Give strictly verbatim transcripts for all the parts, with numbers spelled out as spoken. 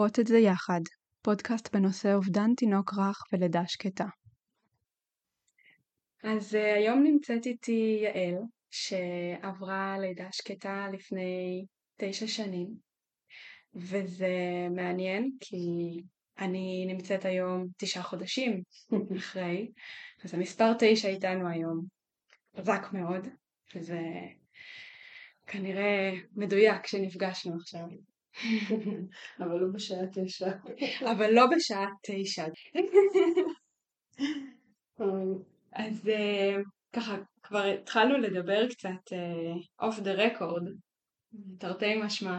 עוברות את זה יחד, פודקאסט בנושא אובדן תינוק רך ולידה שקטה. אז uh, היום נמצאת איתי יעל, שעברה לידה שקטה לפני תשע שנים, וזה מעניין כי אני נמצאת היום תשעה חודשים אחרי, אז המספר תשע איתנו היום חזק מאוד, וזה כנראה מדויק שנפגשנו עכשיו. אבל לא בשעה תשע. אבל לא בשעה תשע. אז uh, ככה כבר התחלנו לדבר קצת uh, off the record, תרתי משמע,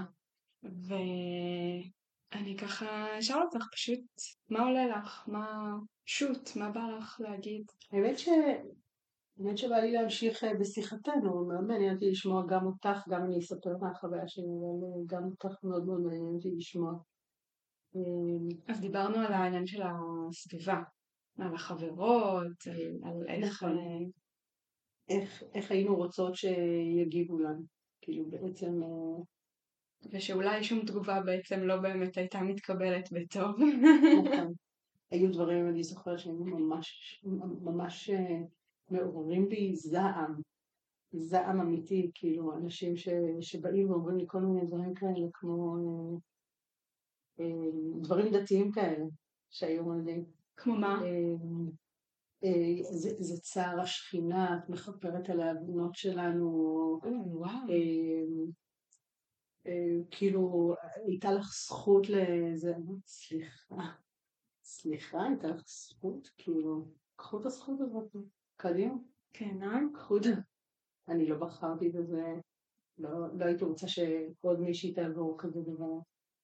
ואני ככה אשאל אותך פשוט מה עולה לך, מה שוט, מה בא לך להגיד? האמת ש... האמת שבא לי להמשיך בשיחתנו, מאוד מעניין אותי לשמוע גם אותך, גם אני אספר מהחוויה שלי, אבל גם אותך מאוד מאוד מעניין אותי לשמוע. אז דיברנו על העניין של הסביבה, על החברות, על איך... נכון. איך, איך היינו רוצות שיגיבו לנו, כאילו בעצם... ושאולי שום תגובה בעצם לא באמת הייתה מתקבלת בטוב. נכון. היו דברים, אני זוכרת שהם ממש, ממש מעוררים בי זעם, זעם אמיתי, כאילו אנשים ש, שבאים ואומרים לי כל מיני דברים כאלה, כמו אה, אה, דברים דתיים כאלה, שהיו מלאים. כמו מה? אה, אה, זה, זה צער השכינה, את מכפרת על העוונות שלנו, וואו. אה, אה, כאילו הייתה לך זכות לזה, סליחה, סליחה, הייתה לך זכות, כאילו, קחו את הזכות הזאת, קדימה. כן, אה? קחו את זה. אני לא בחרתי בזה, לא, לא הייתי רוצה שעוד מישהי תעבור כזה דבר.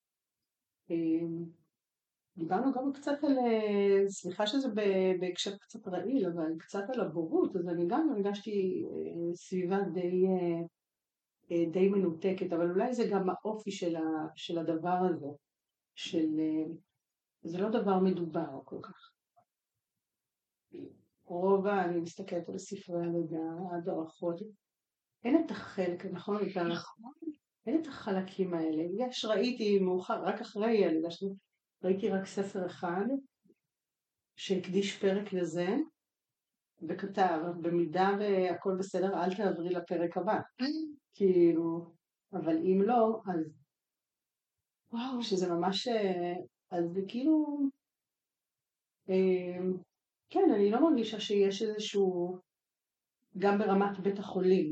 דיברנו גם קצת על, סליחה שזה בהקשר קצת רעיל, אבל קצת על הבורות, אז אני גם הרגשתי סביבה די, די מנותקת, אבל אולי זה גם האופי של, ה, של הדבר הזה, של, זה לא דבר מדובר כל כך. רוב, אני מסתכלת על ספרי הלידה, הדרכות, אין את החלק, נכון? נכון. אין את החלקים האלה. יש, ראיתי מאוחר, רק אחרי הלידה שלי, ראיתי רק ספר אחד, שהקדיש פרק לזה, וכתב, במידה והכל בסדר, אל תעברי לפרק הבא. כאילו, אבל אם לא, אז וואו, שזה ממש, אז זה כאילו, כן, אני לא מרגישה שיש איזשהו, גם ברמת בית החולים,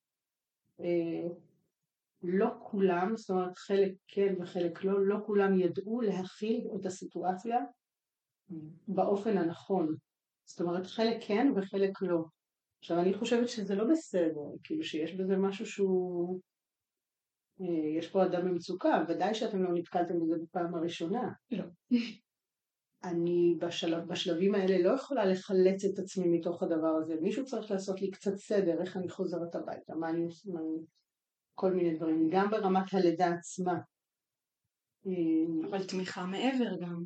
לא כולם, זאת אומרת חלק כן וחלק לא, לא כולם ידעו להכיל את הסיטואציה באופן הנכון. זאת אומרת חלק כן וחלק לא. עכשיו אני חושבת שזה לא בסדר, כאילו שיש בזה משהו שהוא, יש פה אדם במצוקה, ודאי שאתם לא נתקלתם בזה בפעם הראשונה. לא. אני בשלב, בשלבים האלה לא יכולה לחלץ את עצמי מתוך הדבר הזה. מישהו צריך לעשות לי קצת סדר, איך אני חוזרת הביתה, מה אני עושה, כל מיני דברים, גם ברמת הלידה עצמה. אבל תמיכה מעבר גם.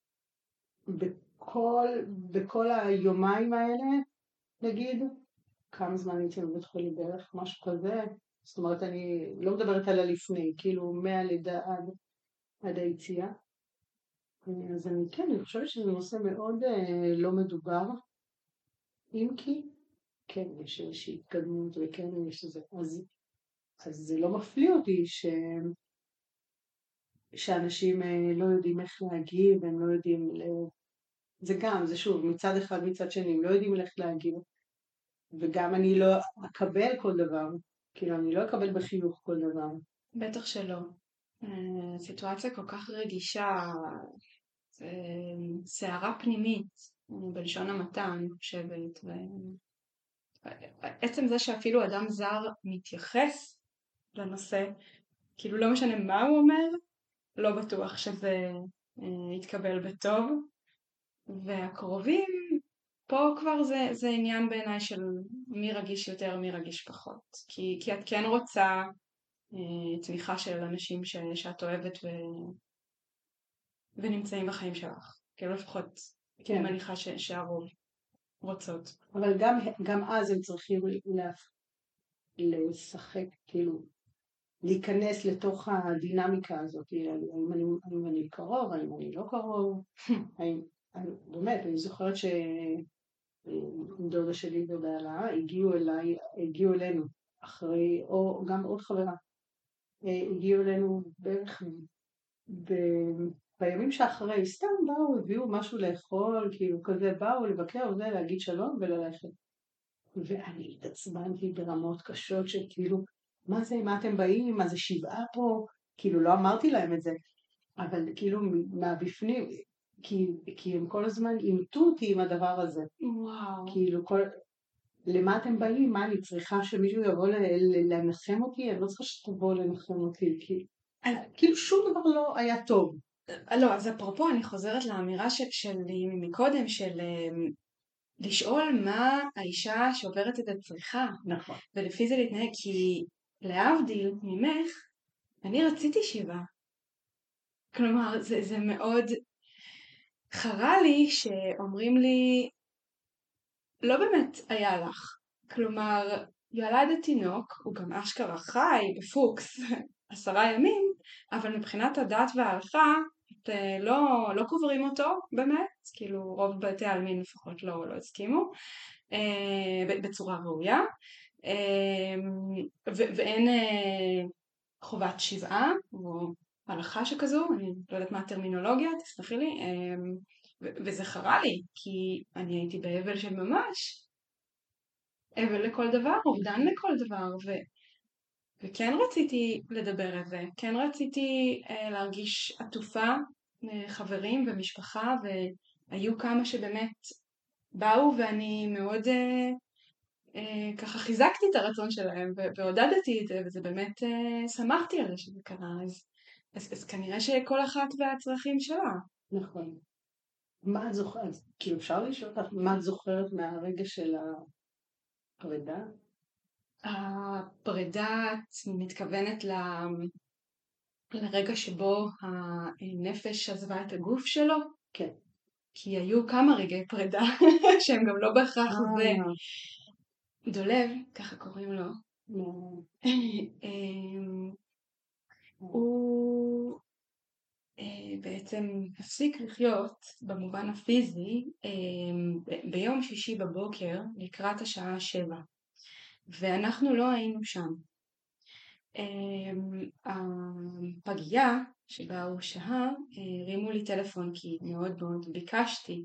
בכל, בכל היומיים האלה, נגיד, כמה זמן הייתי בבית חולים בערך, משהו כזה, זאת אומרת, אני לא מדברת על הלפני, כאילו מהלידה עד, עד היציאה. אז אני כן, אני חושבת שזה נושא מאוד אה, לא מדובר, אם כי, כן, יש איזושהי התקדמות וכן יש איזה, אז, אז זה לא מפליא אותי ש... שאנשים אה, לא יודעים איך להגיב, הם לא יודעים, ל... זה גם, זה שוב, מצד אחד מצד שני, הם לא יודעים איך להגיב, וגם אני לא אקבל כל דבר, כאילו אני לא אקבל בחיוך כל דבר. בטח שלא. סיטואציה כל כך רגישה, סערה פנימית, בלשון המעטה אני חושבת, ועצם זה שאפילו אדם זר מתייחס לנושא, כאילו לא משנה מה הוא אומר, לא בטוח שזה יתקבל בטוב, והקרובים, פה כבר זה, זה עניין בעיניי של מי רגיש יותר, מי רגיש פחות, כי, כי את כן רוצה תמיכה של אנשים ש, שאת אוהבת ו, ונמצאים בחיים שלך, כאילו לפחות כן. אני מניחה ש, שהרוב רוצות. אבל גם, גם אז הם צריכים לשחק, כאילו, להיכנס לתוך הדינמיקה הזאת, האם אני, האם אני קרוב, האם אני לא קרוב, האם, באמת, אני זוכרת שדודה שלי ובעלה הגיעו אליי, הגיעו אלינו אחרי, או גם עוד חברה, הגיעו אלינו בערך ב... בימים שאחרי, סתם באו, הביאו משהו לאכול, כאילו כזה, באו לבקר וזה, להגיד שלום וללכת. ואני התעצבנתי ברמות קשות של כאילו, מה זה, מה אתם באים, מה זה שבעה פה? כאילו לא אמרתי להם את זה, אבל כאילו מהבפנים, כי, כי הם כל הזמן אימתו אותי עם הדבר הזה. וואו. כאילו כל, למה אתם באים? מה, אני צריכה שמישהו יבוא לנחם אותי? אני לא צריכה שתבוא לנחם אותי, כאילו, כאילו שום דבר לא היה טוב. לא, אז אפרופו אני חוזרת לאמירה שלי מקודם של לשאול מה האישה שעוברת את זה צריכה. נכון. ולפי זה להתנהג, כי להבדיל ממך, אני רציתי שיבה. כלומר, זה, זה מאוד חרה לי שאומרים לי, לא באמת היה לך. כלומר, ילדת תינוק, הוא גם אשכרה חי בפוקס עשרה ימים, אבל מבחינת הדת וההלכה, את לא, לא קוברים אותו באמת, כאילו רוב בתי העלמין לפחות לא, לא הסכימו, בצורה ראויה, ואין חובת שבעה או הלכה שכזו, אני לא יודעת מה הטרמינולוגיה, תסלחי לי, וזה חרה לי, כי אני הייתי באבל של ממש, אבל לכל דבר, אובדן לכל דבר, ו... וכן רציתי לדבר על זה, כן רציתי אה, להרגיש עטופה חברים ומשפחה, והיו כמה שבאמת באו ואני מאוד אה, אה, ככה חיזקתי את הרצון שלהם ועודדתי את זה, וזה באמת אה, שמחתי על זה שזה קרה, אז, אז, אז כנראה שכל אחת והצרכים שלה. נכון. מה את זוכרת? כאילו אפשר לשאול אותך, מה את זוכרת מהרגע של הפרידה? הפרידה מתכוונת ל... לרגע שבו הנפש עזבה את הגוף שלו? כן. כי היו כמה רגעי פרידה שהם גם לא בהכרח זה. דולב, ככה קוראים לו. הוא בעצם הפסיק לחיות במובן הפיזי ביום שישי בבוקר לקראת השעה שבע. ואנחנו לא היינו שם. הפגייה שבה הוא שהה הרימו לי טלפון כי מאוד מאוד ביקשתי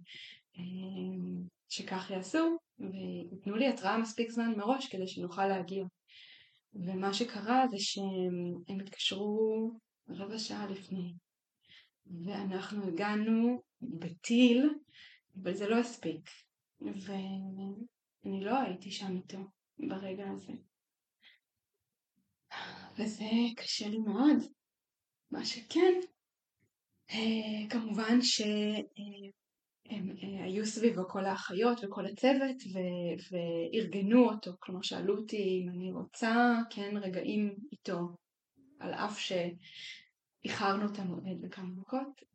שכך יעשו ויתנו לי התראה מספיק זמן מראש כדי שנוכל להגיע. ומה שקרה זה שהם התקשרו רבע שעה לפני ואנחנו הגענו בטיל, אבל זה לא הספיק ואני לא הייתי שם איתו ברגע הזה. וזה קשה לי מאוד. מה שכן, כמובן שהם היו סביבו כל האחיות וכל הצוות וארגנו אותו, כלומר שאלו אותי אם אני רוצה כן רגעים איתו, על אף שאיחרנו את המועד בכמה דקות,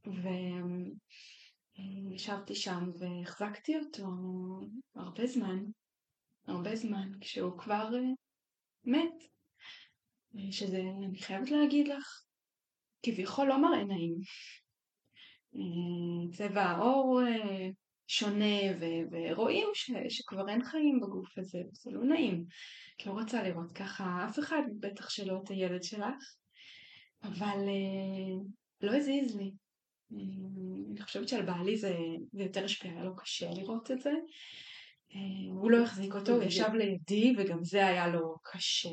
וישבתי שם והחזקתי אותו הרבה זמן, הרבה זמן, כשהוא כבר מת. שזה, אני חייבת להגיד לך, כביכול לא מראה נעים. צבע האור שונה, ורואים שכבר אין חיים בגוף הזה, זה לא נעים. כי לא רוצה לראות ככה, אף אחד בטח שלא את הילד שלך, אבל לא הזיז לי. אני חושבת שעל בעלי זה, זה יותר השפיע, היה לו קשה לראות את זה. הוא לא החזיק אותו, הוא ישב לידי, וגם זה היה לו קשה.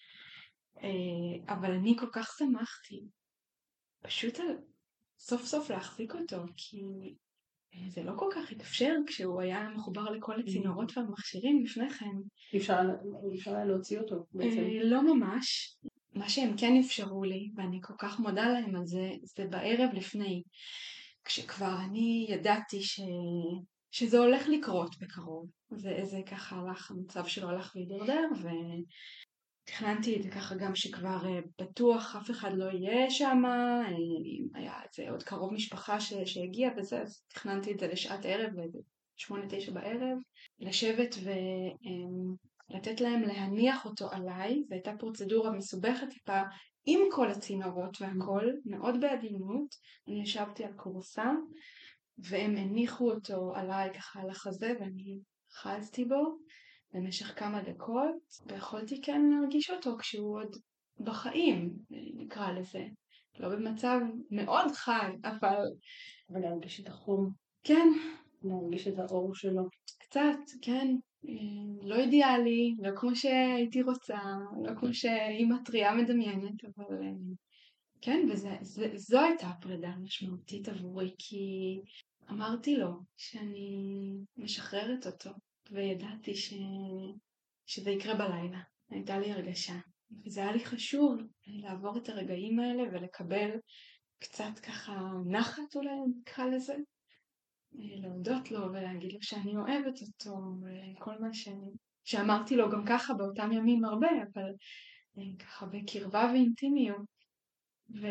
אבל אני כל כך שמחתי פשוט על סוף סוף להחזיק אותו, כי זה לא כל כך התאפשר כשהוא היה מחובר לכל הצינורות והמכשירים לפני כן. אפשר היה להוציא אותו בעצם? לא ממש. מה שהם כן אפשרו לי, ואני כל כך מודה להם על זה, זה בערב לפני, כשכבר אני ידעתי ש... שזה הולך לקרות בקרוב. זה, זה ככה הלך, המצב שלו הלך להידרדר, ו... תכננתי את זה ככה גם שכבר בטוח אף אחד לא יהיה שם, היה את זה עוד קרוב משפחה שהגיע וזה, אז תכננתי את זה לשעת ערב, שמונה תשע בערב, לשבת ולתת להם להניח אותו עליי, זו הייתה פרוצדורה מסובכת טיפה, עם כל הצינורות והכל, מאוד בעדינות, אני ישבתי על קורסה, והם הניחו אותו עליי ככה על החזה, ואני חזתי בו במשך כמה דקות, ויכולתי כן להרגיש אותו כשהוא עוד בחיים, נקרא לזה. לא במצב מאוד חי, אבל... אבל להרגיש את החום. כן. להרגיש את האור שלו. קצת, כן. לא אידיאלי, לא כמו שהייתי רוצה, לא כמו שאימא טריה מדמיינת, אבל כן, וזו הייתה הפרידה המשמעותית עבורי, כי אמרתי לו שאני משחררת אותו, וידעתי ש... שזה יקרה בלילה. הייתה לי הרגשה, וזה היה לי חשוב לעבור את הרגעים האלה ולקבל קצת ככה נחת אולי נקרא לזה, להודות לו ולהגיד לו שאני אוהבת אותו, וכל מה ש... שאמרתי לו גם ככה באותם ימים הרבה, אבל ככה בקרבה ואינטימיות, ו...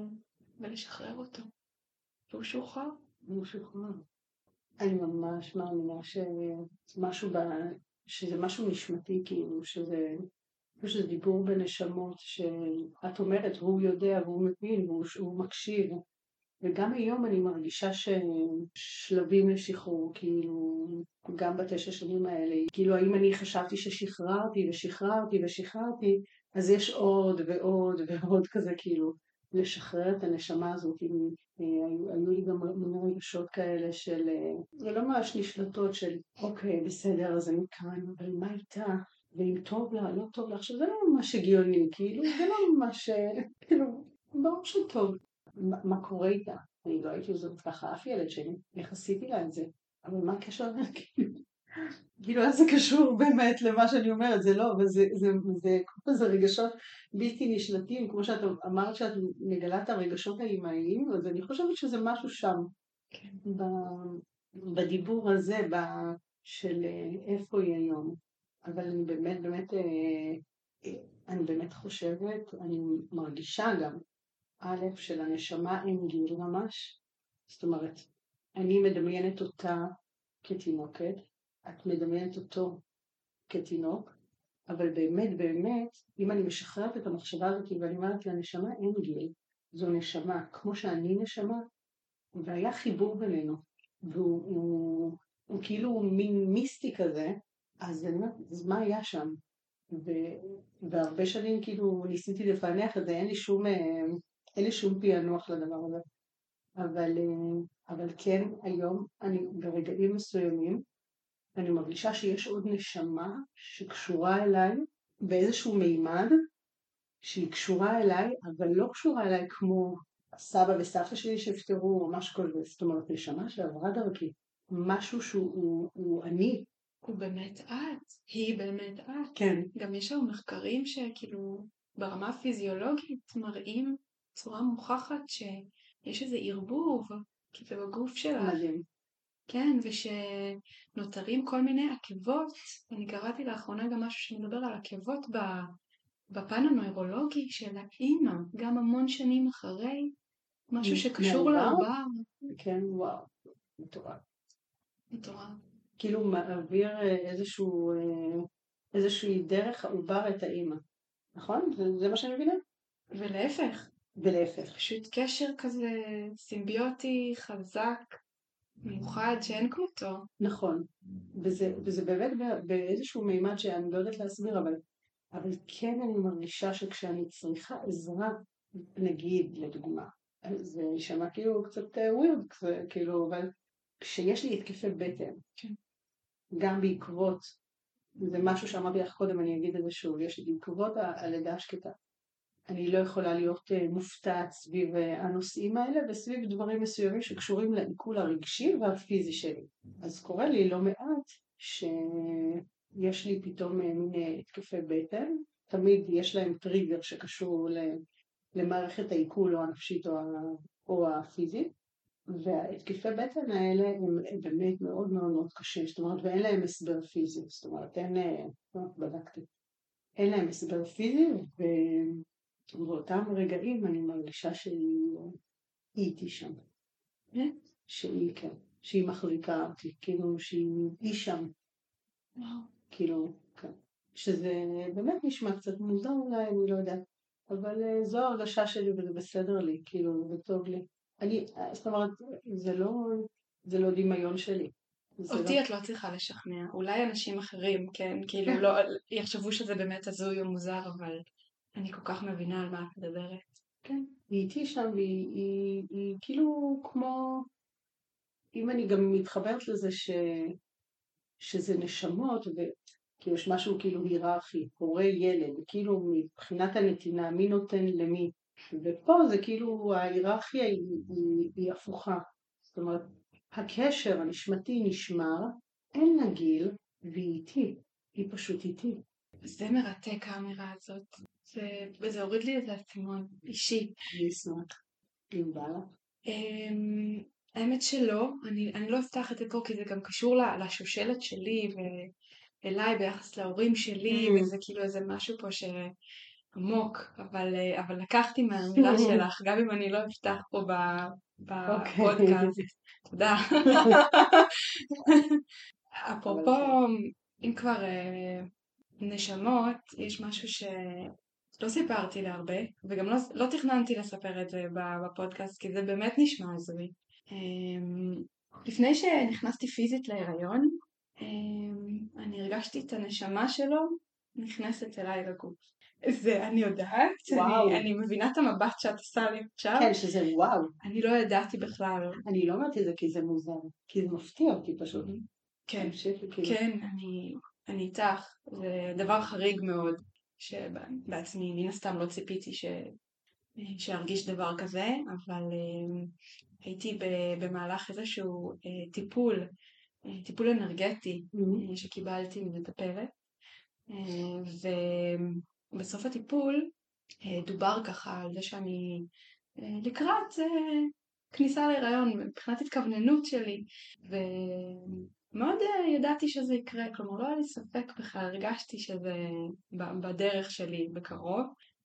ולשחרר אותו. והוא שוחרר. הוא שוחרר. אני ממש מאמינה שמשהו ב... שזה משהו נשמתי, כאילו, שזה... שזה דיבור בנשמות, שאת אומרת, הוא יודע והוא מבין והוא, והוא מקשיב. וגם היום אני מרגישה ששלבים לשחרור, כאילו, גם בתשע שנים האלה, כאילו, האם אני חשבתי ששחררתי ושחררתי ושחררתי, אז יש עוד ועוד ועוד כזה, כאילו, לשחרר את הנשמה הזאת. היו, היו לי גם מיני רגשות כאלה של, לא ממש נשלטות של, אוקיי, בסדר, אז אני כאן, אבל מה איתה? ואם טוב לה, לא טוב לה, עכשיו זה לא ממש הגיוני, כאילו, זה לא ממש, כאילו, ברור שטוב. מה, מה קורה איתה? אני לא הייתי זאת ככה, אף ילד שלי, איך עשיתי לה את זה? אבל מה הקשר? כאילו, איך זה קשור באמת למה שאני אומרת? זה לא, אבל זה, זה, זה, זה, זה רגשות בלתי נשלטים, כמו שאת אמרת שאת מגלה את הרגשות האימהיים, אז אני חושבת שזה משהו שם, בדיבור הזה, של איפה היא היום. אבל אני באמת, באמת, אני באמת חושבת, אני מרגישה גם, א', של הנשמה אין גיל ממש, זאת אומרת, אני מדמיינת אותה כתינוקת, את מדמיינת אותו כתינוק, אבל באמת, באמת, אם אני משחררת את המחשבה הזאת ואני אומרת לנשמה אין גיל, זו נשמה, כמו שאני נשמה, והיה חיבור בינינו, והוא הוא, הוא כאילו מין מיסטי כזה, אז, אז מה היה שם? ו, והרבה שנים כאילו ניסיתי לפענח את זה, אין לי שום, אין לי שום פענוח לדבר הזה. אבל, אבל כן, היום אני ברגעים מסוימים, אני מרגישה שיש עוד נשמה שקשורה אליי באיזשהו מימד, שהיא קשורה אליי, אבל לא קשורה אליי כמו סבא וסבתא שלי שהפטרו או משהו כזה, זאת אומרת, נשמה שעברה דרכי, משהו שהוא הוא, הוא אני. הוא באמת את, היא באמת את. כן. גם יש לנו מחקרים שכאילו ברמה הפיזיולוגית מראים צורה מוכחת שיש איזה ערבוב, כאילו בגוף שלך. מדהים. כן, ושנותרים כל מיני עקבות, אני קראתי לאחרונה גם משהו שמדבר על עקבות בפן הנוירולוגי של האמא, גם המון שנים אחרי, משהו שקשור לעובר. כן, וואו, מטורף. מטורף. כאילו מעביר איזשהו, איזושהי דרך העובר את האמא, נכון? זה, זה מה שאני מבינה? ולהפך. ולהפך. פשוט קשר כזה סימביוטי, חזק, מיוחד, שאין כמותו. נכון. וזה, וזה באמת באיזשהו מימד שאני לא יודעת להסביר, אבל, אבל כן אני מרגישה שכשאני צריכה עזרה, נגיד, לדוגמה, זה נשמע כאילו קצת ווירד, כאילו, אבל כשיש לי התקפי בטן, כן. גם בעקבות, זה משהו שאמרתי לך קודם, אני אגיד את זה שוב, יש לי בעקבות הלידה השקטה. אני לא יכולה להיות מופתעת סביב הנושאים האלה, וסביב דברים מסוימים שקשורים לעיכול הרגשי והפיזי שלי. אז קורה לי לא מעט שיש לי פתאום מין התקפי בטן, תמיד יש להם טריגר שקשור למערכת העיכול או הנפשית או הפיזית, והתקפי בטן האלה הם באמת מאוד מאוד מאוד קשים, זאת אומרת, ואין להם הסבר פיזי, זאת אומרת, אין, בדקתי, אין להם הסבר פיזי, ובאותם רגעים אני מרגישה שהיא איתי שם, שהיא כן, שהיא מחזיקה אותי, כאילו שהיא שם, כאילו, כן, שזה באמת נשמע קצת מוזר אולי, אני לא יודעת, אבל אה, זו ההרגשה שלי וזה בסדר לי, כאילו, זה טוב לי. אני, אה, זאת אומרת, זה לא, זה לא דמיון שלי. זה לא, אותי את לא צריכה לשכנע, אולי אנשים אחרים, כן, כאילו לא, יחשבו שזה באמת הזוי או מוזר, אבל אני כל כך מבינה על מה את מדברת. כן, היא איתי שם, והיא היא, היא כאילו כמו, אם אני גם מתחברת לזה ש, שזה נשמות, וכי יש משהו כאילו היררכי, הורה ילד, כאילו מבחינת הנתינה, מי נותן למי. ופה זה כאילו ההיררכיה היא, היא, היא הפוכה. זאת אומרת, הקשר הנשמתי נשמר, אין לה גיל, והיא איתי, היא פשוט איתי. זה מרתק האמירה הזאת, זה, וזה הוריד לי איזה עצמון אישי. אני אשמח, אם בא לך. אמ, האמת שלא, אני, אני לא אפתח את זה פה כי זה גם קשור ל- לשושלת שלי ואליי ביחס להורים שלי, וזה כאילו איזה משהו פה שעמוק, אבל, אה, אבל לקחתי מהאמירה שלך, גם אם אני לא אפתח פה ב- אוקיי. בפודקאסט. תודה. אבל אפרופו, כן. אם כבר אה, נשמות, יש משהו שלא סיפרתי להרבה, וגם לא, לא תכננתי לספר את זה בפודקאסט, כי זה באמת נשמע הזוי. אמ, לפני שנכנסתי פיזית להיריון, אמ, אני הרגשתי את הנשמה שלו נכנסת אליי לגוף. זה אני יודעת, אני, וואו. אני מבינה את המבט שאת עושה לי עכשיו, כן, שזה וואו. אני לא ידעתי בכלל. אני לא אמרתי את זה כי זה מוזר, כי זה מפתיע אותי פשוט. כן, תמשיכי, כאילו. כן, אני, אני איתך, זה דבר חריג מאוד, שבעצמי מן הסתם לא ציפיתי ש... שארגיש דבר כזה, אבל אה, הייתי ב- במהלך איזשהו אה, טיפול, אה, טיפול אנרגטי Mhm. אה, שקיבלתי ממטפלת, אה, ובסוף הטיפול אה, דובר ככה על זה שאני אה, לקראת אה, כניסה להיריון מבחינת התכווננות שלי, ומאוד אה, ידעתי שזה יקרה, כלומר לא היה לי ספק בכלל, הרגשתי שזה ב- בדרך שלי בקרוב,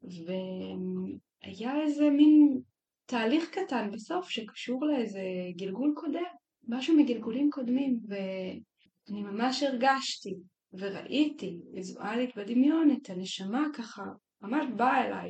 והיה איזה מין תהליך קטן בסוף שקשור לאיזה גלגול קודם, משהו מגלגולים קודמים, ואני ממש הרגשתי וראיתי ויזואלית בדמיון את הנשמה ככה ממש באה אליי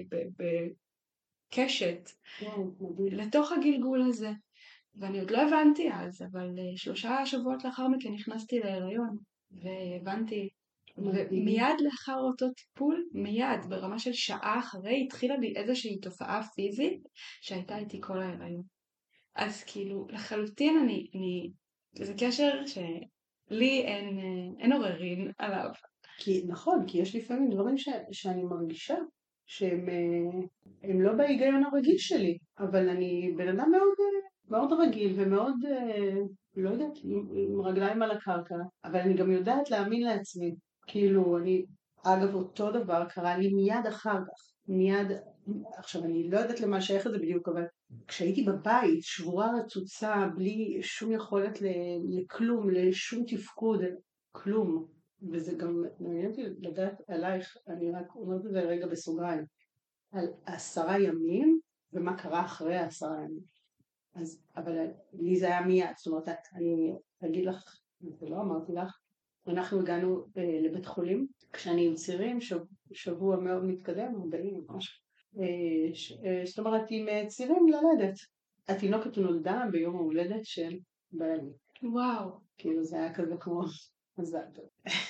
בקשת וואו, מדהים. לתוך הגלגול הזה. ואני עוד לא הבנתי אז, אבל uh, שלושה שבועות לאחר מכן נכנסתי להיריון, והבנתי, מדהים. ומיד לאחר אותו טיפול, מיד, ברמה של שעה אחרי, התחילה לי איזושהי תופעה פיזית שהייתה איתי כל ההיריון. אז כאילו, לחלוטין אני, אני, זה קשר שלי אין, אה, אין עוררין עליו. כי, נכון, כי יש לפעמים דברים ש, שאני מרגישה שהם אה, הם לא בהיגיון הרגיל שלי, אבל אני בן אדם מאוד, אה, מאוד רגיל ומאוד, אה, לא יודעת, עם, עם רגליים על הקרקע, אבל אני גם יודעת להאמין לעצמי. כאילו, אני, אגב, אותו דבר קרה לי מיד אחר כך, מיד, עכשיו אני לא יודעת למה שייך את זה בדיוק, אבל כשהייתי בבית, שבורה רצוצה, בלי שום יכולת ל- לכלום, לשום תפקוד, כלום. וזה גם מעניין אותי לדעת עלייך, אני רק אומרת את זה רגע בסוגריים, על עשרה ימים ומה קרה אחרי העשרה ימים. אז, אבל לי זה היה מיד, זאת אומרת, אני אגיד לך, ולא אמרתי לך, אנחנו הגענו אה, לבית חולים, כשאני עם צירים, שב, שבוע מאוד מתקדם, ארבעים משהו. אה, ש, אה, זאת אומרת, עם אה, צירים ללדת. התינוקת נולדה ביום ההולדת של בעלי. וואו. כאילו זה היה כזה כמו מזל טוב.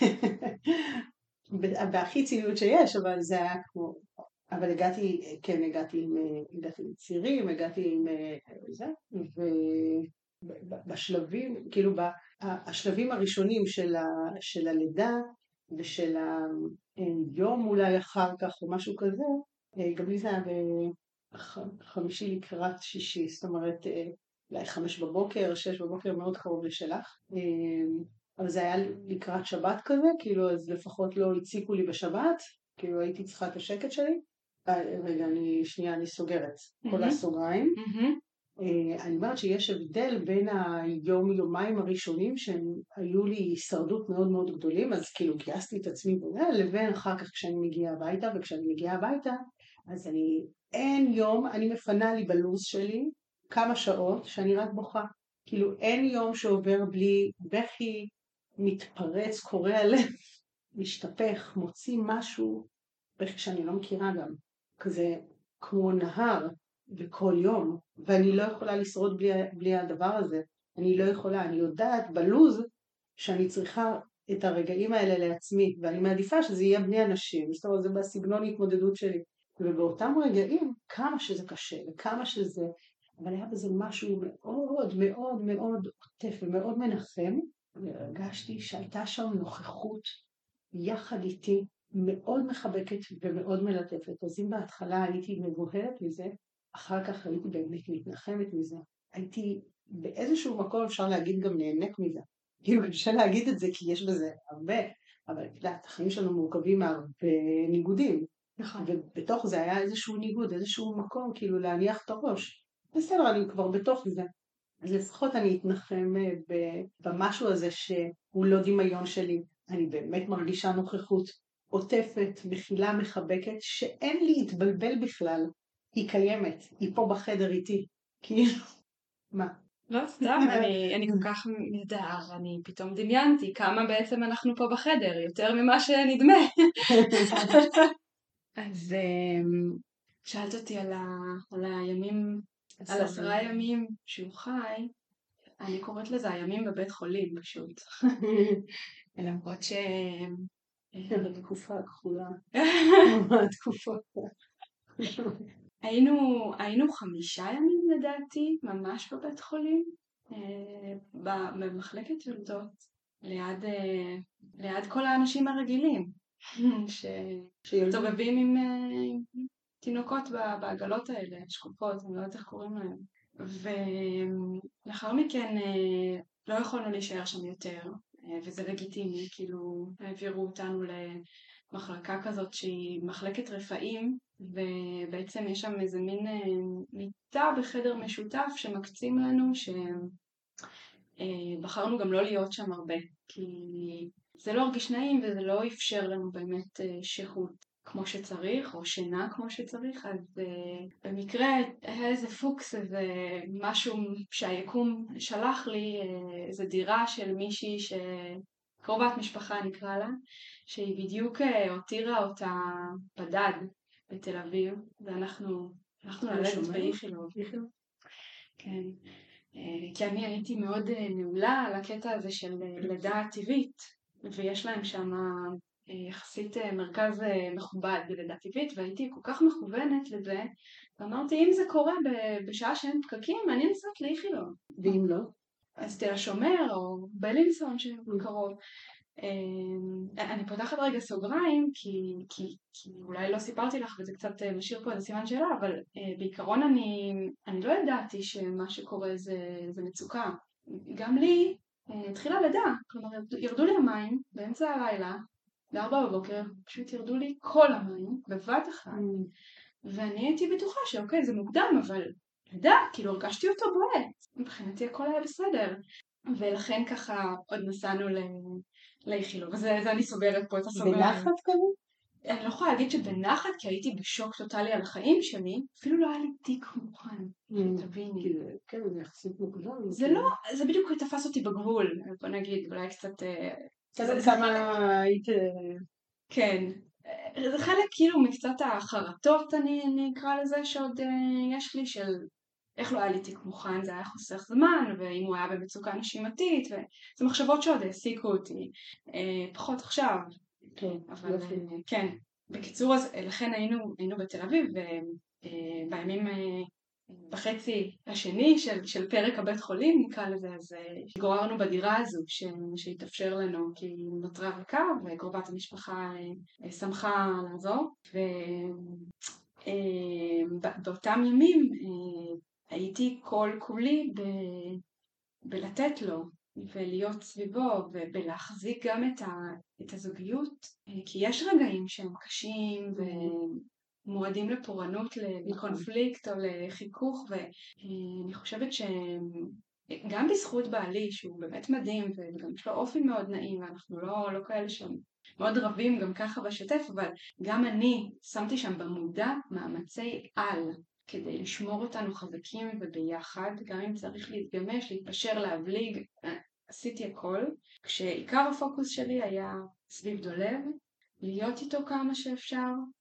והכי ציניות שיש, אבל זה היה כמו... אבל הגעתי, כן, הגעתי עם, הגעתי עם צירים, הגעתי עם זה, ובשלבים, כאילו השלבים הראשונים של, ה, של הלידה ושל היום אולי אחר כך או משהו כזה, גם לי זה היה בחמישי לקראת שישי, זאת אומרת אולי חמש בבוקר, שש בבוקר, מאוד קרוב לשלך. אבל זה היה לקראת שבת כזה, כאילו אז לפחות לא הציקו לי בשבת, כאילו הייתי צריכה את השקט שלי. רגע, אני שנייה, אני סוגרת כל הסוגריים. אני אומרת שיש הבדל בין היום יומיים הראשונים שהם היו לי הישרדות מאוד מאוד גדולים, אז כאילו גייסתי את עצמי לבין אחר כך כשאני מגיעה הביתה, וכשאני מגיעה הביתה אז אני, אין יום, אני מפנה לי בלוז שלי כמה שעות שאני רק בוכה. כאילו אין יום שעובר בלי בכי, מתפרץ, קורע לב, משתפך, מוציא משהו, בכי שאני לא מכירה גם. כזה כמו נהר בכל יום, ואני לא יכולה לשרוד בלי, בלי הדבר הזה. אני לא יכולה, אני יודעת בלוז שאני צריכה את הרגעים האלה לעצמי, ואני מעדיפה שזה יהיה בני אנשים, זאת אומרת, זה בסגנון התמודדות שלי. ובאותם רגעים, כמה שזה קשה, וכמה שזה, אבל היה בזה משהו מאוד מאוד מאוד עוטף ומאוד מנחם, והרגשתי שהייתה שם נוכחות יחד איתי, מאוד מחבקת ומאוד מלטפת. אז אם בהתחלה הייתי מבוהלת מזה, אחר כך הייתי באמת מתנחמת מזה. הייתי באיזשהו מקום, אפשר להגיד, גם נהנית מזה. כאילו, קשה להגיד את זה כי יש בזה הרבה, אבל את יודעת, החיים שלנו מורכבים מהרבה ניגודים. נכון. ובתוך זה היה איזשהו ניגוד, איזשהו מקום, כאילו להניח את הראש. בסדר, אני כבר בתוך זה. אז לפחות אני אתנחם במשהו הזה שהוא לא דמיון שלי. אני באמת מרגישה נוכחות עוטפת, מכילה, מחבקת, שאין לי התבלבל בכלל. היא קיימת, היא פה בחדר איתי. כאילו, מה? לא, סתם, אני, אני כל כך מזדהה, אני פתאום דמיינתי כמה בעצם אנחנו פה בחדר, יותר ממה שנדמה. אז um, שאלת אותי על, ה, על הימים, על עשרה ימים שהוא חי, אני קוראת לזה הימים בבית חולים פשוט. למרות ש... התקופה הכחולה. התקופה. היינו, היינו חמישה ימים לדעתי, ממש בבית חולים, במחלקת יולדות, ליד, ליד כל האנשים הרגילים, שסובבים עם תינוקות בעגלות האלה, שקופות, אני לא יודעת איך קוראים להם. ולאחר מכן לא יכולנו להישאר שם יותר, וזה לגיטימי, כאילו העבירו אותנו למחלקה כזאת שהיא מחלקת רפאים, ובעצם יש שם איזה מין מיטה בחדר משותף שמקצים לנו, שבחרנו גם לא להיות שם הרבה, כי זה לא הרגיש נעים וזה לא אפשר לנו באמת שהות כמו שצריך, או שינה כמו שצריך. אז uh, במקרה היה איזה פוקס, איזה משהו שהיקום שלח לי, uh, איזה דירה של מישהי שקרובת משפחה נקרא לה, שהיא בדיוק uh, הותירה אותה בדד בתל אביב, ואנחנו אנחנו נלדת באיכילוב. כן. Uh, כי אני הייתי מאוד uh, נעולה על הקטע הזה של uh, לידה טבעית, ויש להם שם יחסית מרכז מכובד בלידה טבעית, והייתי כל כך מכוונת לזה, ואמרתי, אם זה קורה בשעה שאין פקקים, אני נוסעת לאיכילוב. ואם לא? אז תל השומר או בלינסון שקרוב. אני פותחת רגע סוגריים, כי, כי, כי אולי לא סיפרתי לך, וזה קצת משאיר פה איזה סימן שאלה, אבל בעיקרון אני, אני לא ידעתי שמה שקורה זה, זה מצוקה. גם לי התחילה לידה, כלומר ירדו לי המים באמצע הלילה, בארבע בבוקר, פשוט ירדו לי כל המים בבת אחת, ואני הייתי בטוחה שאוקיי, זה מוקדם, אבל לידה, כאילו הרגשתי אותו בועט. מבחינתי הכל היה בסדר. ולכן ככה עוד נסענו לאיכילוב, וזה אני סוברת פה את הסוגריים. בנחת כזה? אני לא יכולה להגיד שבנחת, כי הייתי בשוק טוטלי על החיים שלי, אפילו לא היה לי תיק מוכן, שתביני. כן, זה יחסית מוקדם. זה לא, זה בדיוק התפס אותי בגבול, בוא נגיד, אולי קצת... קצת כמה היית... כן. זה חלק כאילו מקצת החרטות, אני, אני אקרא לזה, שעוד uh, יש לי, של איך לא היה לי תיק מוכן, זה היה חוסך זמן, ואם הוא היה במצוקה נשימתית, וזה מחשבות שעוד העסיקו אותי, uh, פחות עכשיו. כן, אבל uh, כן. בקיצור, אז לכן היינו, היינו בתל אביב, ובימים uh, בחצי השני של, של פרק הבית חולים, נקרא לזה, אז uh, גוררנו בדירה הזו ש, שהתאפשר לנו, כי היא נותרה ריקה, וקרובת המשפחה uh, שמחה לעזור. ובאותם uh, ימים uh, הייתי כל כולי ב, בלתת לו, ולהיות סביבו, ובלהחזיק גם את, ה, את הזוגיות, uh, כי יש רגעים שהם קשים, ו... מועדים לפורענות, לקונפליקט או לחיכוך, ואני חושבת שגם בזכות בעלי, שהוא באמת מדהים, וגם יש לו אופי מאוד נעים, ואנחנו לא, לא כאלה שהם מאוד רבים גם ככה בשתף, אבל גם אני שמתי שם במודע מאמצי על, כדי לשמור אותנו חזקים וביחד, גם אם צריך להתגמש, להתפשר, להבליג, עשיתי הכל, כשעיקר הפוקוס שלי היה סביב דולב, להיות איתו כמה שאפשר,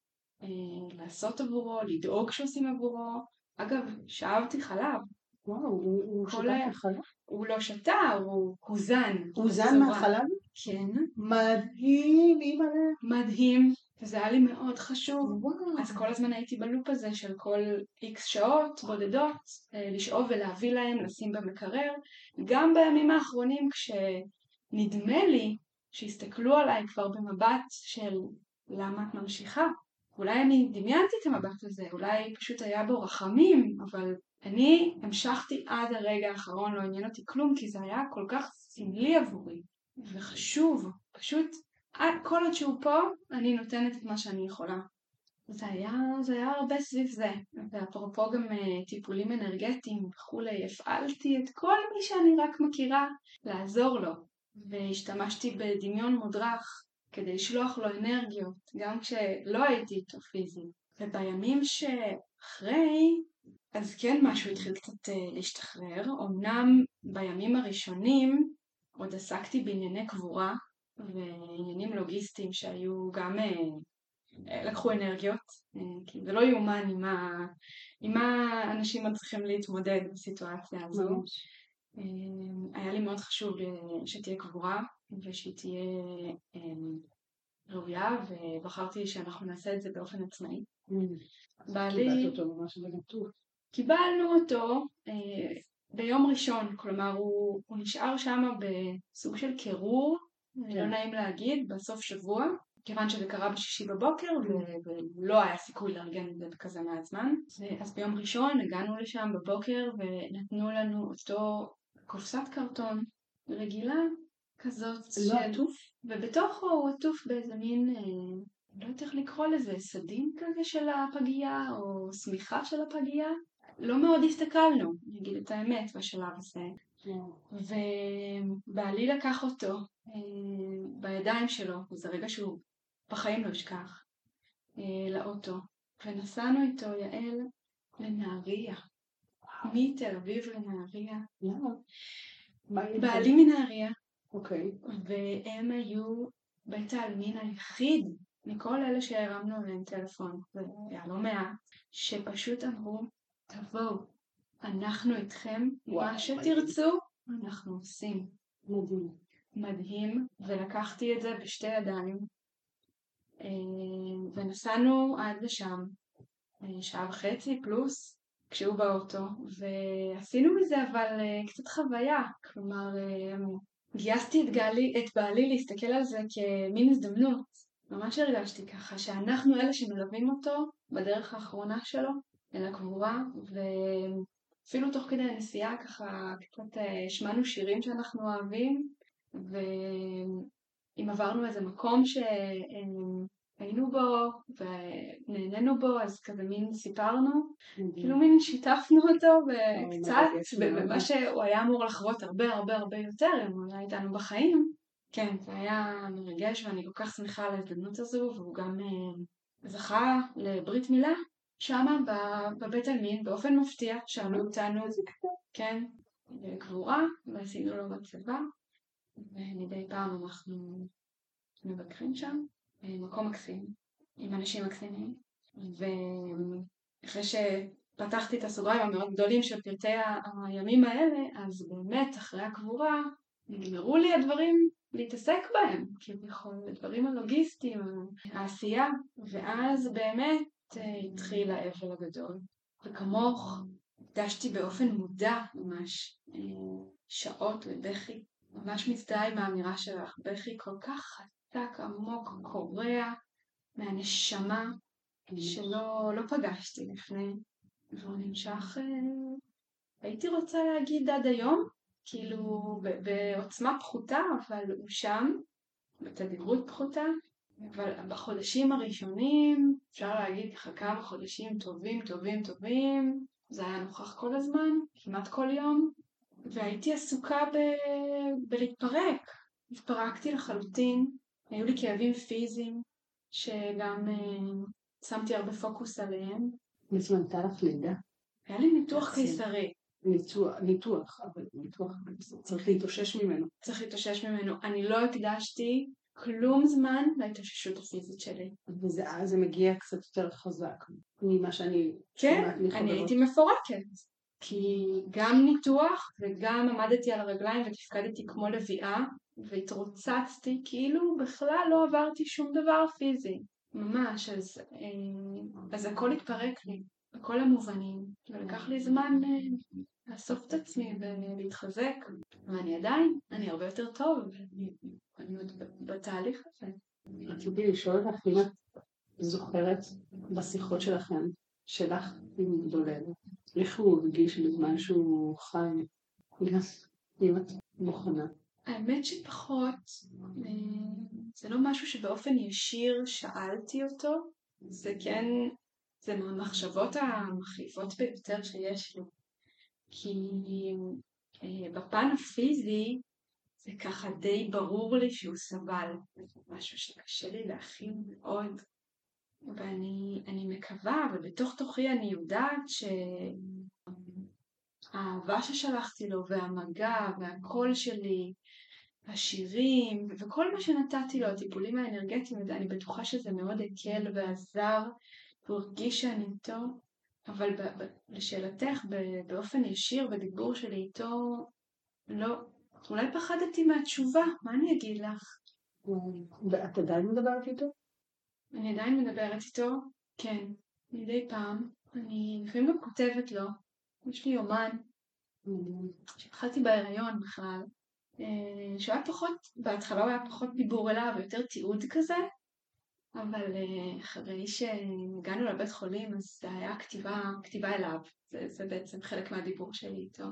לעשות עבורו, לדאוג שעושים עבורו. אגב, שאבתי חלב. וואו, הוא, הוא שתה ה... מהחלב? הוא לא שתה, הוא הוזן. הוא זן מהחלב? כן. מדהים, אימא'לה. מדהים, וזה היה לי מאוד חשוב. וואו. אז כל הזמן הייתי בלופ הזה של כל איקס שעות בודדות, לשאוב ולהביא להם, לשים במקרר. גם בימים האחרונים כשנדמה לי שהסתכלו עליי כבר במבט של למה את ממשיכה. אולי אני דמיינתי את המבט הזה, אולי פשוט היה בו רחמים, אבל אני המשכתי עד הרגע האחרון, לא עניין אותי כלום, כי זה היה כל כך סמלי עבורי וחשוב. פשוט כל עוד שהוא פה, אני נותנת את מה שאני יכולה. זה היה, זה היה הרבה סביב זה. ואפרופו גם טיפולים אנרגטיים וכולי, הפעלתי את כל מי שאני רק מכירה לעזור לו. והשתמשתי בדמיון מודרך כדי לשלוח לו אנרגיות, גם כשלא הייתי איתו פיזית. ובימים שאחרי, אז כן משהו התחיל קצת להשתחרר. אמנם בימים הראשונים עוד עסקתי בענייני קבורה, ועניינים לוגיסטיים שהיו גם לקחו אנרגיות, כי זה לא יאומן עם מה, עם מה אנשים מצליחים להתמודד בסיטואציה הזו. היה לי מאוד חשוב שתהיה קבורה ושהיא תהיה ראויה, ובחרתי שאנחנו נעשה את זה באופן עצמאי. קיבלת אותו ממש בנטור. קיבלנו אותו ביום ראשון, כלומר הוא, הוא נשאר שם בסוג של קירור, לא נעים להגיד, בסוף שבוע, כיוון שזה קרה בשישי בבוקר ולא היה סיכוי לארגן את זה בכזה מעט זמן. אז ביום ראשון הגענו לשם בבוקר ונתנו לנו אותו קופסת קרטון רגילה כזאת, לא עטוף, ובתוכו הוא עטוף באיזה מין, לא יודעת איך לקרוא לזה, סדין כזה של הפגייה או סמיכה של הפגייה. לא מאוד הסתכלנו, נגיד את האמת בשלב הזה. ובעלי לקח אותו בידיים שלו, וזה רגע שהוא בחיים לא ישכח, לאוטו, ונסענו איתו, יעל, לנהריה. מתל אביב לנהריה. בעלי מנהריה. אוקיי. והם היו בית העלמין היחיד מכל אלה שהרמנו עליהם טלפון, והיה לא מעט, שפשוט אמרו, תבואו, אנחנו איתכם, מה שתרצו, אנחנו עושים. מדהים. מדהים, ולקחתי את זה בשתי ידיים, ונסענו עד לשם, שעה וחצי פלוס, כשהוא באוטו, ועשינו מזה אבל קצת חוויה, כלומר, גייסתי את, גלי, את בעלי להסתכל על זה כמין הזדמנות, ממש הרגשתי ככה, שאנחנו אלה שמלווים אותו בדרך האחרונה שלו, אל הקבורה, ואפילו תוך כדי הנסיעה ככה קצת שמענו שירים שאנחנו אוהבים, ואם עברנו איזה מקום שהיינו בו ונהנינו בו, אז כזה מין סיפרנו, כאילו מין שיתפנו אותו וקצת, במה שהוא היה אמור לחוות הרבה הרבה הרבה יותר, אם הוא היה איתנו בחיים. כן, זה היה מרגש ואני כל כך שמחה על ההזדמנות הזו, והוא גם זכה לברית מילה. שמה בבית עלמין, באופן מפתיע, שאלו אותנו, כן, בקבורה, ועשינו לו בצבא, ומדי פעם אנחנו מבקרים שם, מקום מקסים, עם אנשים מקסימים, ואחרי שפתחתי את הסוגריים המאוד גדולים של פרטי הימים האלה, אז באמת אחרי הקבורה נגמרו לי הדברים להתעסק בהם, כביכול, הדברים הלוגיסטיים, העשייה, ואז באמת התחיל האבל הגדול. וכמוך, הקדשתי באופן מודע ממש שעות לבכי. ממש מזדהה עם האמירה שלך. בכי כל כך חזק, עמוק, קורע מהנשמה שלא לא פגשתי לפני. והוא נמשך, הייתי רוצה להגיד עד היום, כאילו בעוצמה פחותה, אבל הוא שם, בתדירות פחותה. אבל בחודשים הראשונים, אפשר להגיד ככה כמה חודשים טובים, טובים, טובים, זה היה נוכח כל הזמן, כמעט כל יום, והייתי עסוקה ב... בלהתפרק. התפרקתי לחלוטין, היו לי כאבים פיזיים, שגם uh, שמתי הרבה פוקוס עליהם. נזמנתה לך לידה? היה לי ניתוח קיסרי. ניתוח, ניתוח, אבל ניתוח צריך להתאושש ממנו. צריך להתאושש ממנו. אני לא הקדשתי כלום זמן להתאוששות הפיזית שלי. וזה אז זה מגיע קצת יותר חזק ממה שאני שומעת כן, מחברות. אני הייתי מפורקת. כי גם ניתוח וגם עמדתי על הרגליים ותפקדתי כמו לביאה והתרוצצתי, כאילו בכלל לא עברתי שום דבר פיזי. ממש, אז, אז הכל התפרק לי, בכל המובנים, ולקח לי זמן לאסוף את עצמי ולהתחזק, ואני עדיין, אני הרבה יותר טוב, אני, אני עוד בתהליך הזה. רציתי לשאול אותך אם את זוכרת בשיחות שלכם, שלך עם דולב, איך הוא הרגיש בזמן שהוא חי, אם את מוכנה. האמת שפחות, זה לא משהו שבאופן ישיר שאלתי אותו, זה כן, זה מהמחשבות המחליפות ביותר שיש לי. כי בפן הפיזי זה ככה די ברור לי שהוא סבל, זה משהו שקשה לי להכין מאוד, ואני אני מקווה, ובתוך תוכי אני יודעת שהאהבה ששלחתי לו והמגע והקול שלי, השירים וכל מה שנתתי לו, הטיפולים האנרגטיים, אני בטוחה שזה מאוד הקל ועזר, והוא הרגיש שאני איתו, אבל ב- ב- לשאלתך, ב- באופן ישיר בדיבור שלי איתו, לא, אולי פחדתי מהתשובה, מה אני אגיד לך? ואת עדיין מדברת איתו? אני עדיין מדברת איתו, כן, מדי פעם, אני לפעמים גם כותבת לו, יש לי יומן, שהתחלתי בהיריון בכלל, שהיה פחות, בהתחלה הוא היה פחות דיבור אליו, יותר תיעוד כזה, אבל אחרי שהגענו לבית חולים, אז זה היה כתיבה, כתיבה אליו, זה, זה בעצם חלק מהדיבור שלי איתו.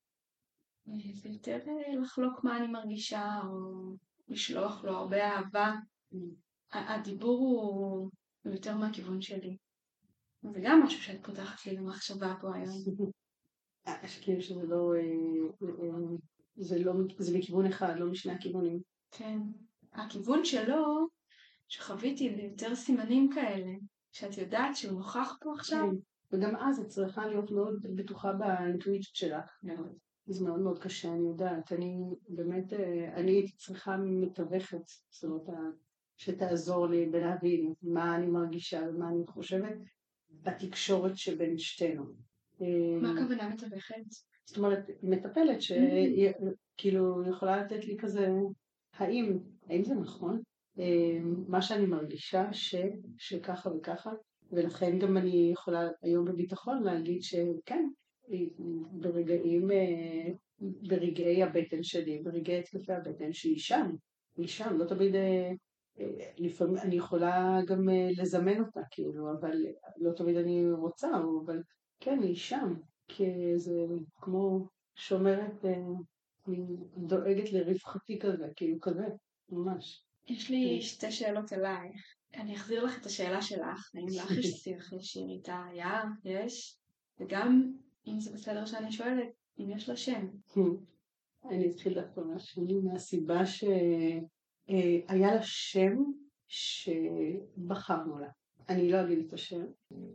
זה יותר לחלוק מה אני מרגישה, או לשלוח לו הרבה אהבה. הדיבור הוא יותר מהכיוון שלי. זה גם משהו שאת פותחת לי למחשבה פה היום. כאילו שזה לא, זה לא, זה מכיוון אחד, לא משני הכיוונים. כן. הכיוון שלו, שחוויתי ליותר סימנים כאלה, שאת יודעת שהוא נוכח פה עכשיו. כן. וגם אז את צריכה להיות מאוד בטוחה באינטואיציה שלך. מאוד. זה מאוד מאוד קשה, אני יודעת. אני באמת, אני הייתי צריכה מתווכת, זאת אומרת, שתעזור לי בלהבין מה אני מרגישה ומה אני חושבת בתקשורת שבין שתינו. מה הכוונה מתווכת? זאת אומרת, מטפלת שכאילו יכולה לתת לי כזה, האם, האם זה נכון? מה שאני מרגישה ש, שככה וככה, ולכן גם אני יכולה היום בביטחון להגיד שכן, ברגעים, ברגעי הבטן שלי, ברגעי התקפי הבטן שהיא שם, היא שם, לא תמיד, לפעמים אני יכולה גם לזמן אותה כאילו, אבל לא תמיד אני רוצה, אבל כן, היא שם, כי זה כמו שומרת, היא דואגת לרווחתי כזה, כאילו כזה, ממש. יש לי שתי שאלות אלייך. אני אחזיר לך את השאלה שלך, האם לך יש שיח ישיר איתה? היה? יש? וגם, אם זה בסדר שאני שואלת, אם יש לה שם. אני אתחיל דווקא מהשני, מהסיבה שהיה לה שם שבחרנו לה. אני לא אגיד את השם.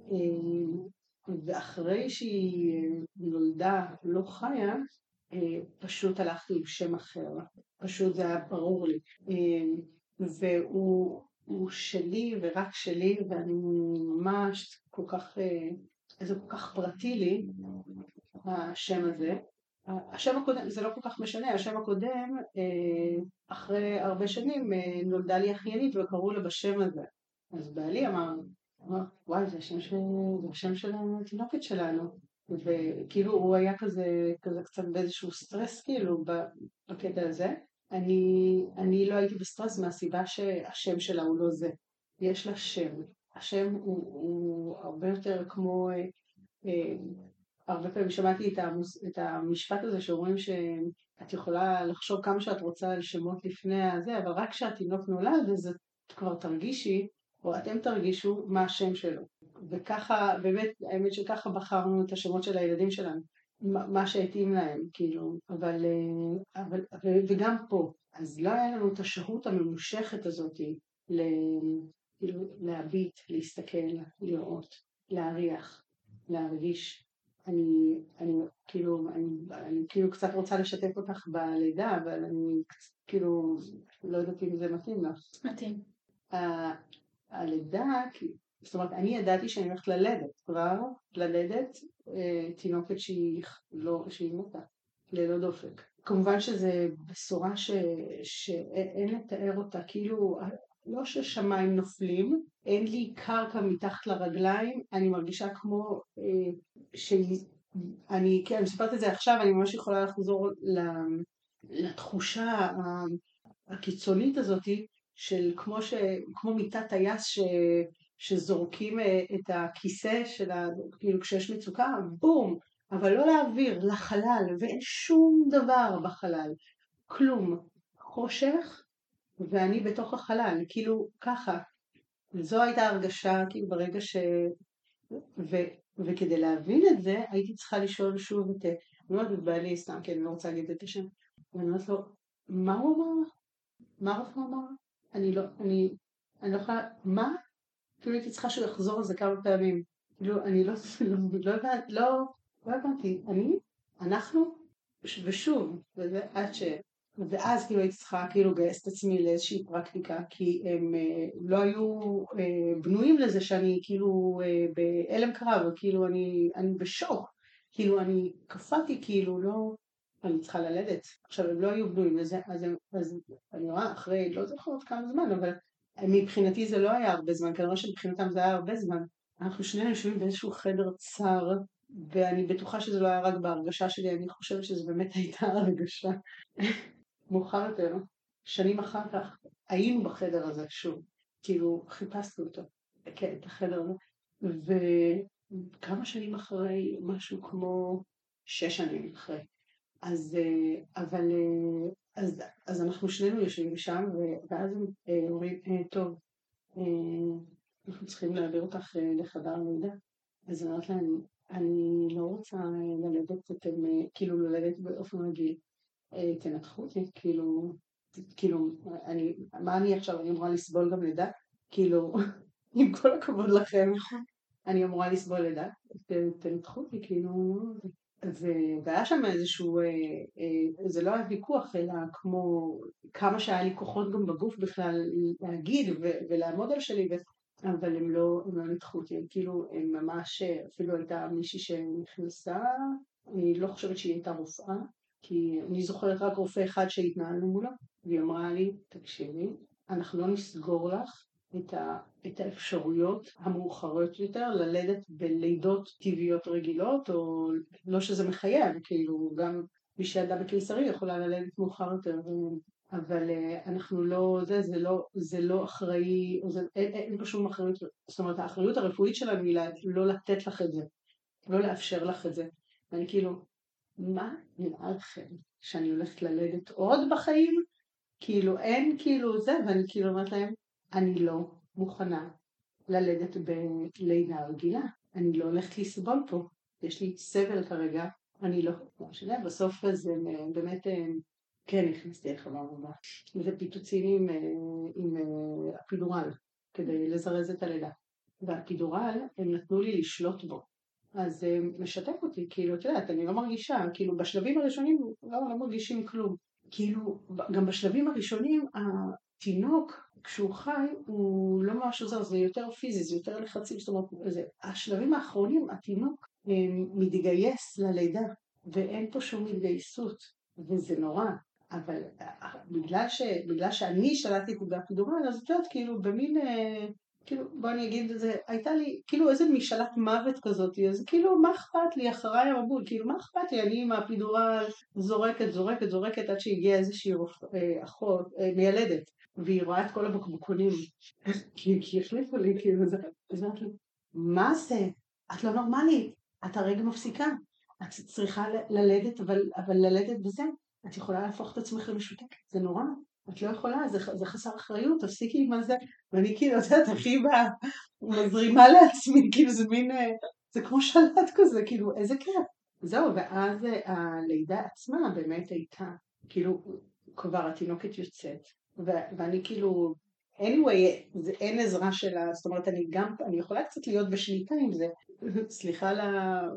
ואחרי שהיא נולדה, לא חיה, פשוט הלכתי עם שם אחר. פשוט זה היה ברור לי. והוא שלי ורק שלי, ואני ממש כל כך, זה כל כך פרטי לי, השם הזה. השם הקודם, זה לא כל כך משנה, השם הקודם, אחרי הרבה שנים, נולדה לי אחיינית וקראו לה בשם הזה. אז בעלי אמר, וואי, זה השם של, זה השם של התינוקת שלנו. וכאילו הוא היה כזה, כזה קצת באיזשהו סטרס, כאילו, בקטע הזה. אני, אני לא הייתי בסטרס מהסיבה שהשם שלה הוא לא זה. יש לה שם. השם הוא, הוא הרבה יותר כמו, אה, אה, הרבה פעמים שמעתי את, המוס, את המשפט הזה שאומרים שאת יכולה לחשוב כמה שאת רוצה על שמות לפני הזה, אבל רק כשהתינוק נולד, אז את כבר תרגישי, או אתם תרגישו מה השם שלו. וככה, באמת, האמת שככה בחרנו את השמות של הילדים שלנו. מה שהתאים להם, כאילו, אבל, אבל, וגם פה, אז לא היה לנו את השהות הממושכת הזאת, ל, כאילו, להביט, להסתכל, לראות, להריח, להרגיש. אני, אני כאילו, אני, אני כאילו קצת רוצה לשתף אותך בלידה, אבל אני כאילו לא יודעת אם זה מתאים לך. מתאים. ה- הלידה, כי- זאת אומרת, אני ידעתי שאני הולכת ללדת, כבר ללדת אה, תינוקת שהיא לא, שהיא מתה, ללא דופק. כמובן שזה בשורה ש, שאין לתאר אותה, כאילו, לא ששמיים נופלים, אין לי קרקע מתחת לרגליים, אני מרגישה כמו אה, שהיא, אני, כן, אני מספרת את זה עכשיו, אני ממש יכולה לחזור ל- לתחושה ה- הקיצונית הזאתי, של כמו, ש, כמו מיטת טייס ש, שזורקים אה, את הכיסא של ה... כאילו כשיש מצוקה, בום, אבל לא לאוויר, לחלל, ואין שום דבר בחלל, כלום, חושך, ואני בתוך החלל, כאילו ככה. זו הייתה הרגשה, כאילו ברגע ש... ו, וכדי להבין את זה, הייתי צריכה לשאול שוב את... אני אומרת את בעלי סתם, כי אני לא רוצה להגיד את השם, ואני אומרת לו, מה הוא אמר? מה רפא אמר? אני לא, אני, אני לא יכולה, מה? כאילו הייתי צריכה שהוא יחזור על זה כמה פעמים. כאילו, אני לא, לא, לא הבנתי, לא, לא הבנתי, אני, אנחנו, ושוב, וזה עד ש... ואז כאילו הייתי צריכה כאילו לגייס את עצמי לאיזושהי פרקטיקה, כי הם אה, לא היו אה, בנויים לזה שאני כאילו אה, בהלם קרב, כאילו אני, אני בשוק, כאילו אני קפאתי, כאילו לא, אני צריכה ללדת. עכשיו הם לא היו בנויים לזה, אז, הם, אז אני רואה אחרי, לא זוכרת כמה זמן, אבל מבחינתי זה לא היה הרבה זמן, כנראה שמבחינתם זה היה הרבה זמן. אנחנו שנינו יושבים באיזשהו חדר צר, ואני בטוחה שזה לא היה רק בהרגשה שלי, אני חושבת שזה באמת הייתה הרגשה. מאוחר יותר, שנים אחר כך, היינו בחדר הזה שוב, כאילו חיפשנו אותו, כן, את החדר הזה, וכמה שנים אחרי, משהו כמו שש שנים אחרי. אז, אה, אבל, אה, אז, אז אנחנו שנינו יושבים שם, ואז הם אה, אומרים, אה, טוב, אה, אנחנו צריכים להעביר אותך אה, לחדר הלידה. אז אני אומרת להם, אני לא רוצה אה, ללדת, אתם אה, כאילו ללדת באופן רגיל. אה, תנתחו אותי, כאילו, כאילו, אני, מה אני עכשיו, אני אמורה לסבול גם לידה? כאילו, עם כל הכבוד לכם, אני אמורה לסבול לידה, ת- תנתחו אותי, כאילו, ו- והיה שם איזשהו, אה, אה, זה לא היה ויכוח, אלא כמו כמה שהיה לי כוחות גם בגוף בכלל להגיד ו- ולעמוד על שלי, ו- אבל הם לא, הם לא ניתחו אותי, הם כאילו, הם ממש, אפילו הייתה מישהי שנכנסה, אני לא חושבת שהיא הייתה רופאה, כי אני זוכרת רק רופא אחד שהתנהלנו מולו, והיא אמרה לי, תקשיבי, אנחנו לא נסגור לך את, ה, את האפשרויות המאוחרות יותר ללדת בלידות טבעיות רגילות, או לא שזה מחייב, כאילו גם מי שילדה בקיסרי יכולה ללדת מאוחר יותר, אבל אנחנו לא, זה, זה לא, זה לא אחראי, זה, אין, אין פה שום אחריות, זאת אומרת האחריות הרפואית שלנו היא לא לתת לך את זה, לא לאפשר לך את זה, ואני כאילו, מה נראה לכם? שאני הולכת ללדת עוד בחיים? כאילו אין כאילו זה, ואני כאילו אומרת להם, אני לא מוכנה ללדת בלידה רגילה, אני לא הולכת לסבול פה, יש לי סבל כרגע, אני לא, לא משנה, בסוף זה באמת, כן נכנסתי לחבר הבא, זה פיתוצים עם, עם אפידורל, כדי לזרז את הלידה, והאפידורל הם נתנו לי לשלוט בו, אז זה משתק אותי, כאילו, את יודעת, אני לא מרגישה, כאילו בשלבים הראשונים לא, לא מרגישים כלום. כאילו, גם בשלבים הראשונים, התינוק, כשהוא חי, הוא לא ממש עוזר, זה יותר פיזי, זה יותר לחצים, זאת אומרת, זה, השלבים האחרונים, התינוק מתגייס ללידה, ואין פה שום התגייסות, וזה נורא. אבל בגלל, ש, בגלל שאני שלטתי באפידורל, אז את יודעת, כאילו, במין... כאילו, בוא אני אגיד את זה, הייתה לי כאילו איזה משאלת מוות כזאת, אז כאילו, מה אכפת לי אחריי המבול? כאילו, מה אכפת לי? אני עם האפידורל זורקת, זורקת, זורקת, עד שהגיעה איזושהי אה, אחות, אה, מיילדת, והיא רואה את כל הבקבוקונים, כי, כי החליפו לי, כאילו, זה, אז אמרתי לי, מה זה? את לא נורמלית, את הרגע מפסיקה, את צריכה ללדת, אבל, אבל ללדת בזה, את יכולה להפוך את עצמך למשותקת, זה נורא. את לא יכולה, זה, זה חסר אחריות, תפסיקי עם זה. ואני כאילו, את יודעת, הכי מזרימה לעצמי, כאילו זה מין, זה כמו שלט כזה, כאילו, איזה כיף. זהו, ואז הלידה עצמה באמת הייתה, כאילו, כבר התינוקת יוצאת, ו- ואני כאילו, anyway, זה, אין עזרה שלה, זאת אומרת, אני גם, אני יכולה קצת להיות בשליטה עם זה, סליחה על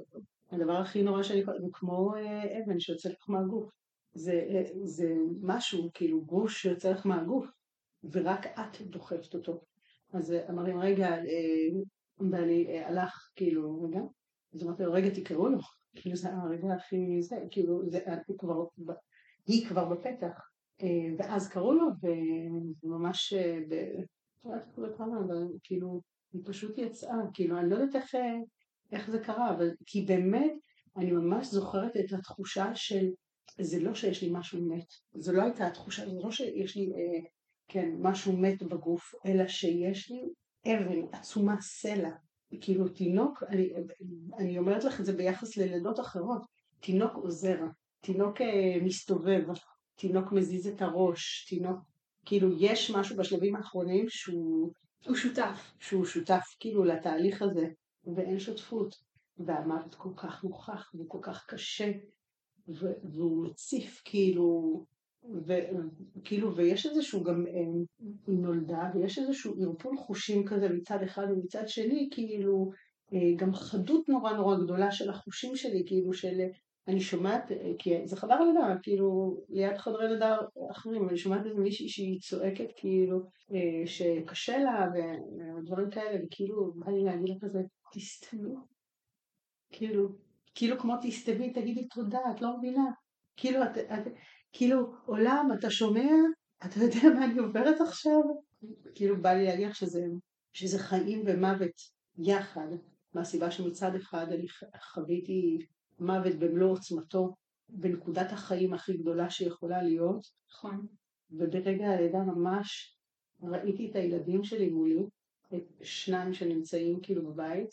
הדבר הכי נורא שאני יכולה, זה כמו אה, אבן שיוצא לך מהגוף. זה, אה, זה משהו, כאילו גוש שיוצא לך מהגוף, ורק את דוחפת אותו. אז אה, אמרים, רגע, אה, ואני אה, הלך, כאילו, רגע, אז אמרתי לו, רגע, תקראו לו. כאילו זה הרגע הכי, זה, כאילו, זה, היא כבר, היא כבר בפתח. אה, ואז קראו לו, וממש, אה, ב... לא יודעת איך זה קרה, אבל כאילו, היא פשוט יצאה, כאילו, אני לא יודעת איך, אה, איך זה קרה, אבל כי באמת, אני ממש זוכרת את התחושה של, זה לא שיש לי משהו מת, זו לא הייתה התחושה, זה לא שיש לי, אה, כן, משהו מת בגוף, אלא שיש לי אבן עצומה, סלע, כאילו תינוק, אני, אני אומרת לך את זה ביחס ללידות אחרות, תינוק עוזר, תינוק אה, מסתובב, תינוק מזיז את הראש, תינוק, כאילו יש משהו בשלבים האחרונים שהוא, הוא שותף. שהוא שותף כאילו לתהליך הזה, ואין שותפות, והמוות כל כך נוכח וכל כך קשה, ו- והוא מציף כאילו, וכאילו, ויש איזשהו גם, אה, היא נולדה, ויש איזשהו ערפול חושים כזה מצד אחד ומצד שני, כאילו, אה, גם חדות נורא נורא גדולה של החושים שלי, כאילו של, אני שומעת, אה, כי זה חדר לידה, כאילו, ליד חדרי לידה אחרים, אני שומעת איזה מישהי שהיא צועקת, כאילו, אה, שקשה לה, ודברים כאלה, וכאילו, בא לי להגיד לה כזה, תסתמו, כאילו, כאילו כמו תסתמי, תגידי תודה, את לא מבינה. כאילו, את, את, כאילו, עולם, אתה שומע? אתה יודע מה אני עוברת עכשיו? כאילו, בא לי להגיד לך שזה, שזה חיים ומוות יחד, מהסיבה שמצד אחד אני חוויתי מוות במלוא עוצמתו, בנקודת החיים הכי גדולה שיכולה להיות. נכון. וברגע הלידה ממש ראיתי את הילדים שלי מולי, את שניים שנמצאים כאילו בבית,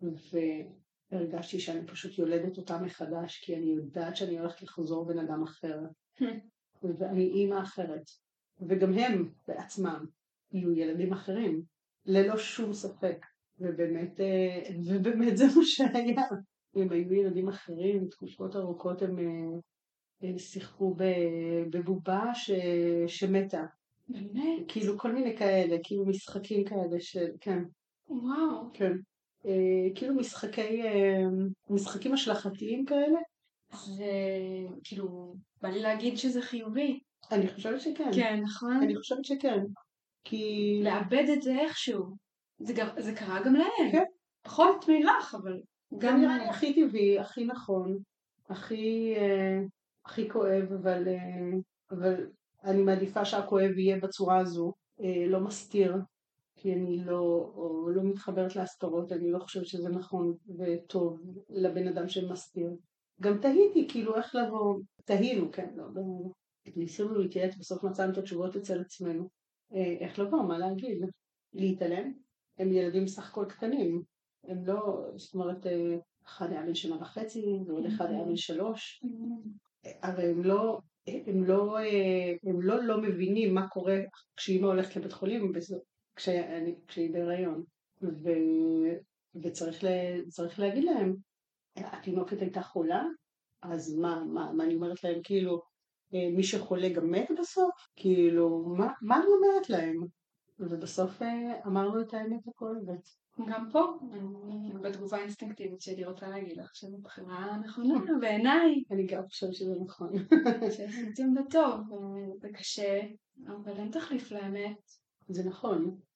והרגשתי שאני פשוט יולדת אותם מחדש, כי אני יודעת שאני הולכת לחזור בן אדם אחר, ואני אימא אחרת, וגם הם בעצמם יהיו ילדים אחרים, ללא שום ספק, ובאמת, ובאמת זה מה שהיה. הם היו ילדים אחרים, תקופות ארוכות הם הם שיחקו בבובה ש... שמתה. באמת? כאילו כל מיני כאלה, כאילו משחקים כאלה של, כן. וואו. כן. אה, כאילו משחקי, אה, משחקים השלכתיים כאלה. אז אה, כאילו, בא לי להגיד שזה חיובי. אני חושבת שכן. כן, נכון? אני חושבת שכן. כי... לאבד את זה איכשהו. זה, גם, זה קרה גם להם. כן. פחות מלך, אבל גם גם... נראה לי הכי טבעי, הכי נכון, הכי, אה, הכי כואב, אבל, אה, אבל אני מעדיפה שהכואב יהיה בצורה הזו, אה, לא מסתיר, כי אני לא, או לא מתחברת להסתרות, אני לא חושבת שזה נכון וטוב לבן אדם שמסתיר. גם תהיתי, כאילו איך לבוא, תהינו, כן, לא, לא, ניסינו להתייעץ, בסוף מצאנו את התשובות אצל עצמנו. אה, איך לבוא, מה להגיד? להתעלם? הם ילדים סך הכל קטנים, הם לא, זאת אומרת, אה, אחד היה בן שנה וחצי, ועוד אחד היה בן שלוש, הרי הם לא, הם לא, אה, הם לא לא מבינים מה קורה כשאמא הולכת לבית חולים כשאני, כשהיא בהיריון, ו, וצריך ל, צריך להגיד להם, התינוקת הייתה חולה, אז מה, מה, מה אני אומרת להם, כאילו, אה, מי שחולה גם מת בסוף? כאילו, מה, מה אני אומרת להם? ובסוף אה, אמרנו את האמת הכואבת. גם פה, אני בתגובה האינסטינקטיבית שלי רוצה להגיד לך שזו בחירה נכונה בעיניי. אני גם חושבת שזה נכון. שעשיתם בטוב, זה קשה, אבל אין תחליף לאמת. זה נכון.